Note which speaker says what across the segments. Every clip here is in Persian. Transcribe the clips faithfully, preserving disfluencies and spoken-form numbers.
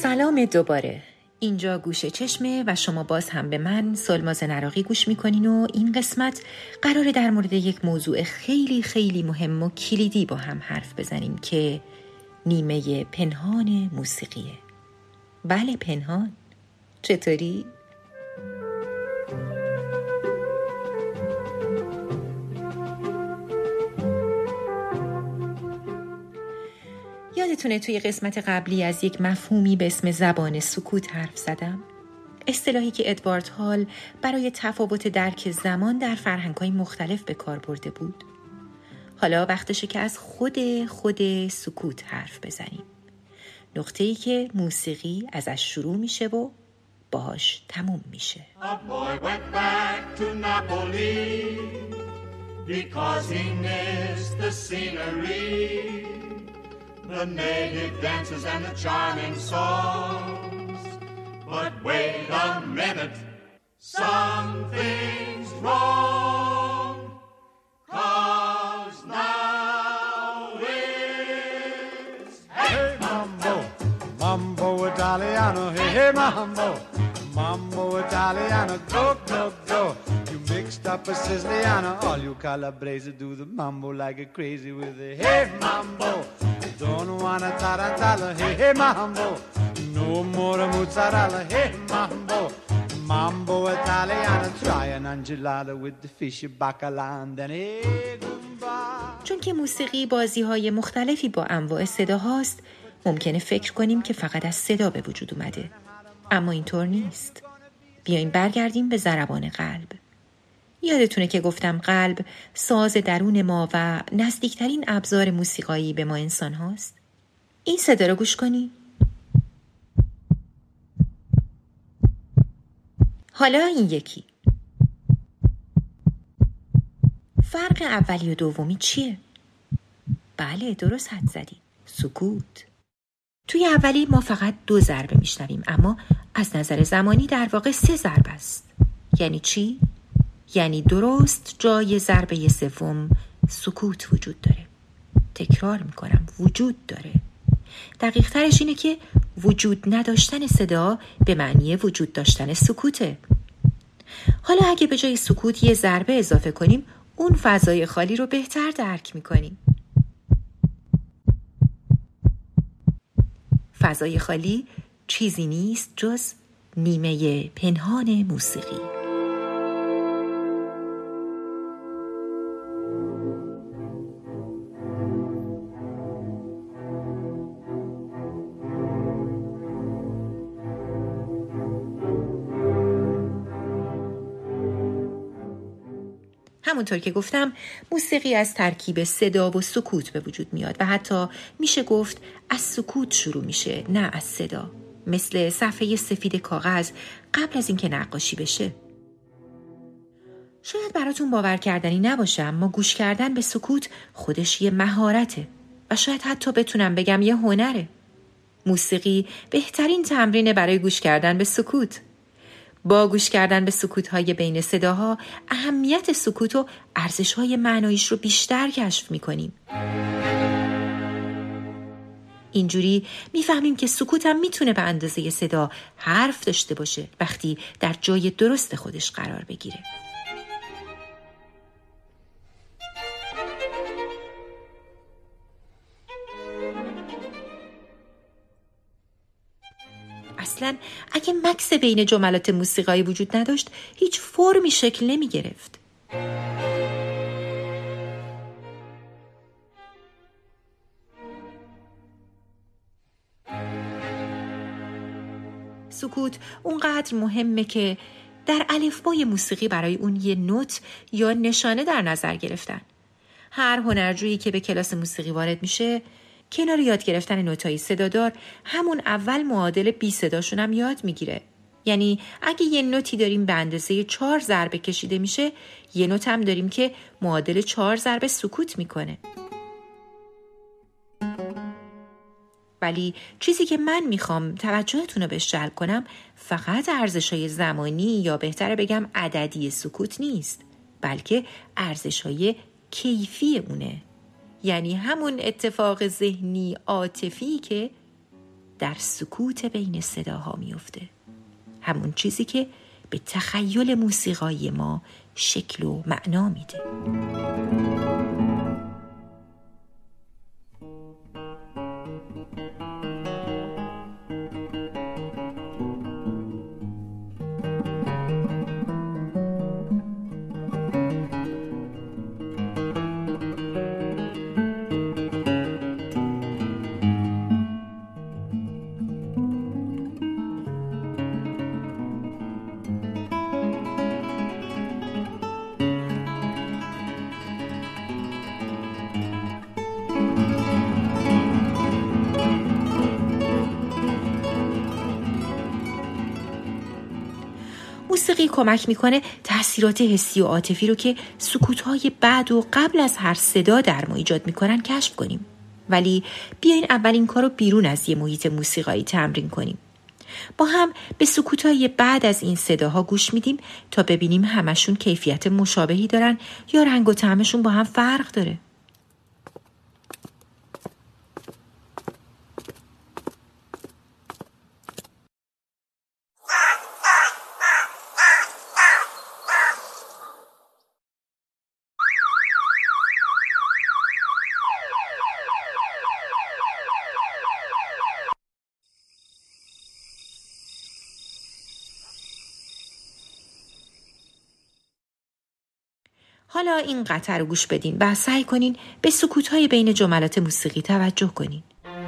Speaker 1: سلام دوباره. اینجا گوشه چشمه و شما باز هم به من سلماز نراقی گوش میکنین و این قسمت قراره در مورد یک موضوع خیلی خیلی مهم و کلیدی با هم حرف بزنیم که نیمه پنهان موسیقیه. بله، پنهان. چطوری؟ یادتونه توی قسمت قبلی از یک مفهومی به اسم زبان سکوت حرف زدم؟ اصطلاحی که ادوارد هال برای تفاوت درک زمان در فرهنگ‌های مختلف به کار برده بود. حالا وقتشه که از خود خود سکوت حرف بزنیم. نقطه‌ای که موسیقی ازش شروع میشه و باهاش تموم میشه.
Speaker 2: A boy went back to Napoli because he missed the scenery, the native dances and the charming songs. But wait a minute, something's wrong, 'cause now it's hey mambo, mambo Italiano, hey hey mambo, mambo Italiano, go go go. You mixed up a Siciliano, all you Calabrese do the mambo like a crazy with a hey mambo. Don't wanna tarantella, hey hey mambo, no more mozzarella, hey mambo, mambo Italiano, try an enchilada with the fish bacala and then hey goodbye.
Speaker 1: چون که موسیقی بازی‌های مختلفی با انواع صداهاست، ممکنه فکر کنیم که فقط از صدا به وجود اومده، اما اینطور نیست. بیاین برگردیم به ضربان قلب. یادتونه که گفتم قلب ساز درون ما و نزدیکترین ابزار موسیقایی به ما انسان هاست؟ این صدا رو گوش کنی. حالا این یکی. فرق اولی و دومی چیه؟ بله، درست حد زدی. سکوت. توی اولی ما فقط دو ضربه میشنویم، اما از نظر زمانی در واقع سه ضربه است. یعنی چی؟ یعنی درست جای ضربه سوم سکوت وجود داره. تکرار میکنم، وجود داره. دقیق ترش اینه که وجود نداشتن صدا به معنی وجود داشتن سکوته. حالا اگه به جای سکوت یه ضربه اضافه کنیم، اون فضای خالی رو بهتر درک میکنیم. فضای خالی چیزی نیست جز نیمه پنهان موسیقی. همونطور که گفتم، موسیقی از ترکیب صدا و سکوت به وجود میاد و حتی میشه گفت از سکوت شروع میشه، نه از صدا. مثل صفحه سفید کاغذ قبل از اینکه نقاشی بشه. شاید براتون باور کردنی نباشه، اما گوش کردن به سکوت خودش یه مهارته و شاید حتی بتونم بگم یه هنره. موسیقی بهترین تمرینه برای گوش کردن به سکوت. با گوش کردن به سکوت‌های بین صداها، اهمیت سکوت و ارزش‌های معناییش رو بیشتر کشف می‌کنیم. اینجوری می‌فهمیم که سکوت هم می‌تونه به اندازه صدا حرف داشته باشه وقتی در جای درست خودش قرار بگیره. اصلا اگه مکس بین جملات موسیقایی وجود نداشت، هیچ فرمی شکل نمی گرفت. سکوت اونقدر مهمه که در الفبای موسیقی برای اون یه نوت یا نشانه در نظر گرفتن. هر هنرجویی که به کلاس موسیقی وارد میشه، کنار یاد گرفتن نوتای صدادار، همون اول معادل بی صداشون هم یاد میگیره. یعنی اگه یه نوتی داریم به اندازه چهار ضربه کشیده میشه، یه نوت هم داریم که معادل چهار ضربه سکوت میکنه. ولی چیزی که من میخوام توجهتون رو بهش جلب کنم فقط ارزش‌های زمانی یا بهتره بگم عددی سکوت نیست، بلکه ارزش‌های کیفی اونه. یعنی همون اتفاق ذهنی عاطفی که در سکوت بین صداها میفته. همون چیزی که به تخیل موسیقایی ما شکل و معنا میده. موسیقی کمک میکنه تأثیرات حسی و عاطفی رو که سکوت‌های بعد و قبل از هر صدا در ما ایجاد میکنن کشف کنیم. ولی بیاین اول این کار رو بیرون از یه محیط موسیقایی تمرین کنیم. با هم به سکوت‌های بعد از این صداها گوش میدیم تا ببینیم همشون کیفیت مشابهی دارن یا رنگ و طعمشون با هم فرق داره. حالا این قطعه رو گوش بدین و سعی کنین به سکوت‌های بین جملات موسیقی توجه کنین.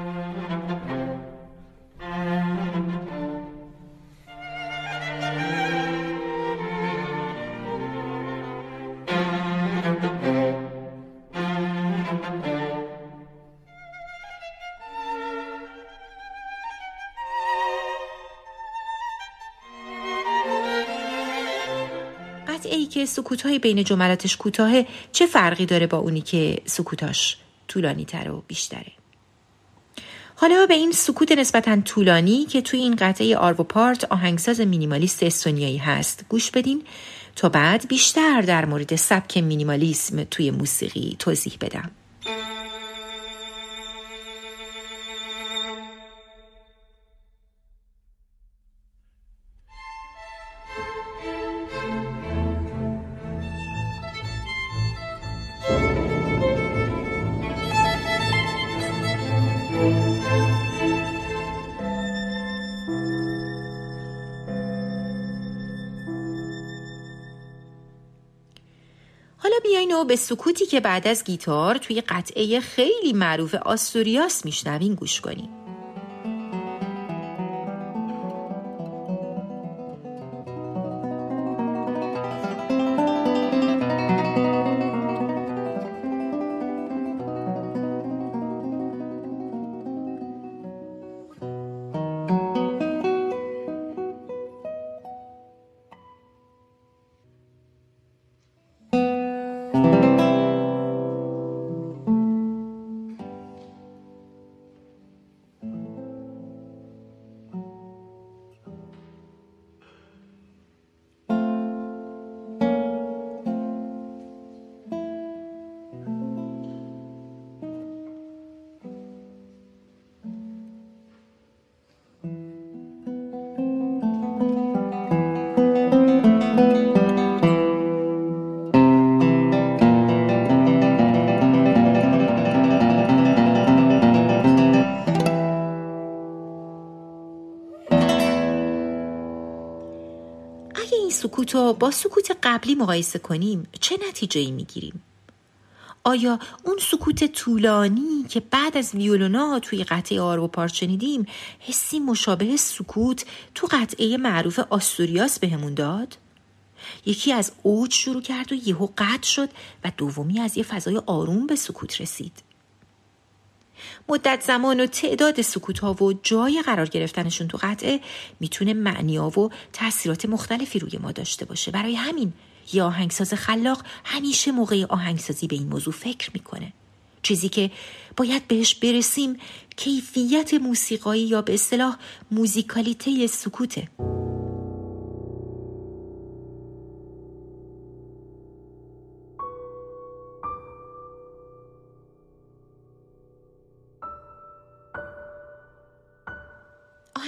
Speaker 1: ای که سکوت‌های بین جملاتش کوتاهه چه فرقی داره با اونی که سکوتاش طولانی تر و بیشتره؟ حالا به این سکوت نسبتاً طولانی که توی این قطعه آرو پارت آهنگساز مینیمالیست استونیایی هست گوش بدین تا بعد بیشتر در مورد سبک مینیمالیسم توی موسیقی توضیح بدم. حالا بیاین و به سکوتی که بعد از گیتار توی قطعه خیلی معروف آستوریاس میشنوین گوش کنین. سکوتو با سکوت قبلی مقایسه کنیم چه نتیجه‌ای میگیریم؟ آیا اون سکوت طولانی که بعد از ویولونا توی قطعه آرو پارت شنیدیم حسی مشابه سکوت تو قطعه معروف آستوریاس بهمون داد؟ یکی از اوج شروع کرد و یهو قطع شد و دومی از یه فضای آروم به سکوت رسید. مدت زمان و تعداد سکوت‌ها و جای قرار گرفتنشون تو قطعه میتونه معنی‌ها و تأثیرات مختلفی روی ما داشته باشه. برای همین یه آهنگساز خلاق همیشه موقع آهنگسازی به این موضوع فکر میکنه. چیزی که باید بهش برسیم کیفیت موسیقایی یا به اصطلاح موزیکالیته سکوته.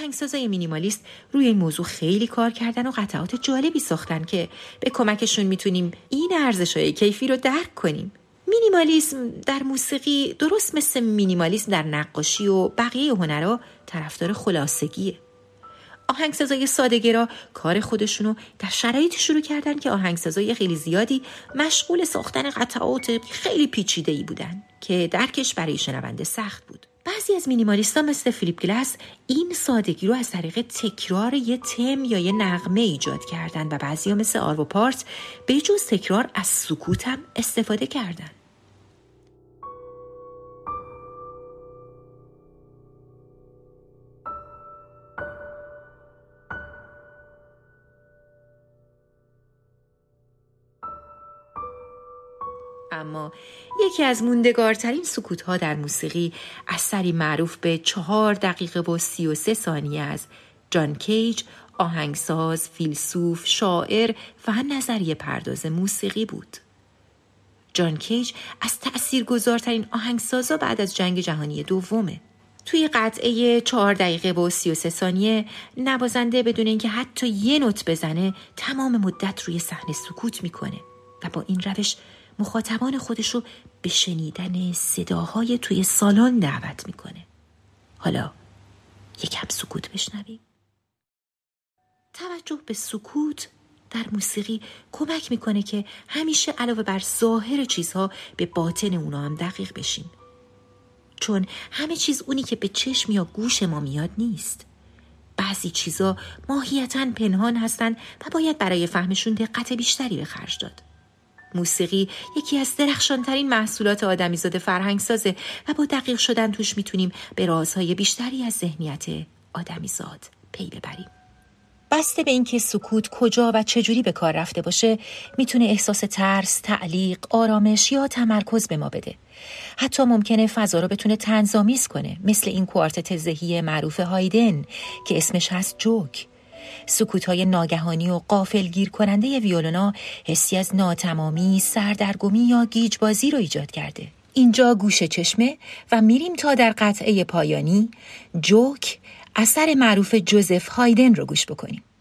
Speaker 1: آهنگسازای مینیمالیست روی این موضوع خیلی کار کردن و قطعات جالبی ساختن که به کمکشون میتونیم این ارزش‌های کیفی رو درک کنیم. مینیمالیسم در موسیقی درست مثل مینیمالیسم در نقاشی و بقیه هنرها طرفدار خلاصگیه. آهنگسازای ساده‌گرا کار خودشونو در شرایطی شروع کردن که آهنگسازای خیلی زیادی مشغول ساختن قطعات خیلی پیچیده‌ای بودن که درکش برای شنونده سخت بود. بعضی از مینیمالیست‌ها مثل فیلیپ گلاس این سادگی رو از طریق تکرار یه تم یا یه نغمه ایجاد کردن و بعضی‌ها مثل آرو پارت به جز تکرار از سکوت هم استفاده کردن. اما یکی از موندگارترین سکوت‌ها در موسیقی اثری معروف به چهار دقیقه و سی و سه ثانیه از جان کیج، آهنگساز، فیلسوف، شاعر و نظریه پرداز موسیقی بود. جان کیج از تأثیرگذارترین آهنگسازا بعد از جنگ جهانی دومه. توی قطعه چهار دقیقه و سی و سه ثانیه نوازنده بدون اینکه حتی یه نوت بزنه تمام مدت روی صحنه سکوت میکنه و با این روش مخاطبان خودش رو به شنیدن صداهای توی سالن دعوت میکنه. حالا یکم سکوت بشنویم. توجه به سکوت در موسیقی کمک میکنه که همیشه علاوه بر ظاهر چیزها به باطن اونا هم دقیق بشیم. چون همه چیز اونی که به چشم یا گوش ما میاد نیست. بعضی چیزا ماهیتاً پنهان هستن و باید برای فهمشون دقت بیشتری به خرج داد. موسیقی یکی از درخشانترین محصولات آدمیزاد فرهنگسازه و با دقیق شدن توش میتونیم به رازهای بیشتری از ذهنیت آدمیزاد پی ببریم. بسته به اینکه سکوت کجا و چجوری به کار رفته باشه میتونه احساس ترس، تعلیق، آرامش یا تمرکز به ما بده. حتی ممکنه فضا رو بتونه طنزآمیز کنه، مثل این کوارتت ذهی معروف هایدن که اسمش هست جوک. سکوت‌های ناگهانی و غافلگیر کننده ویولونا حسی از ناتمامی، سردرگمی یا گیجبازی رو ایجاد کرده. اینجا گوشه چشمه و میریم تا در قطعه پایانی جوک اثر معروف جوزف هایدن رو گوش بکنیم.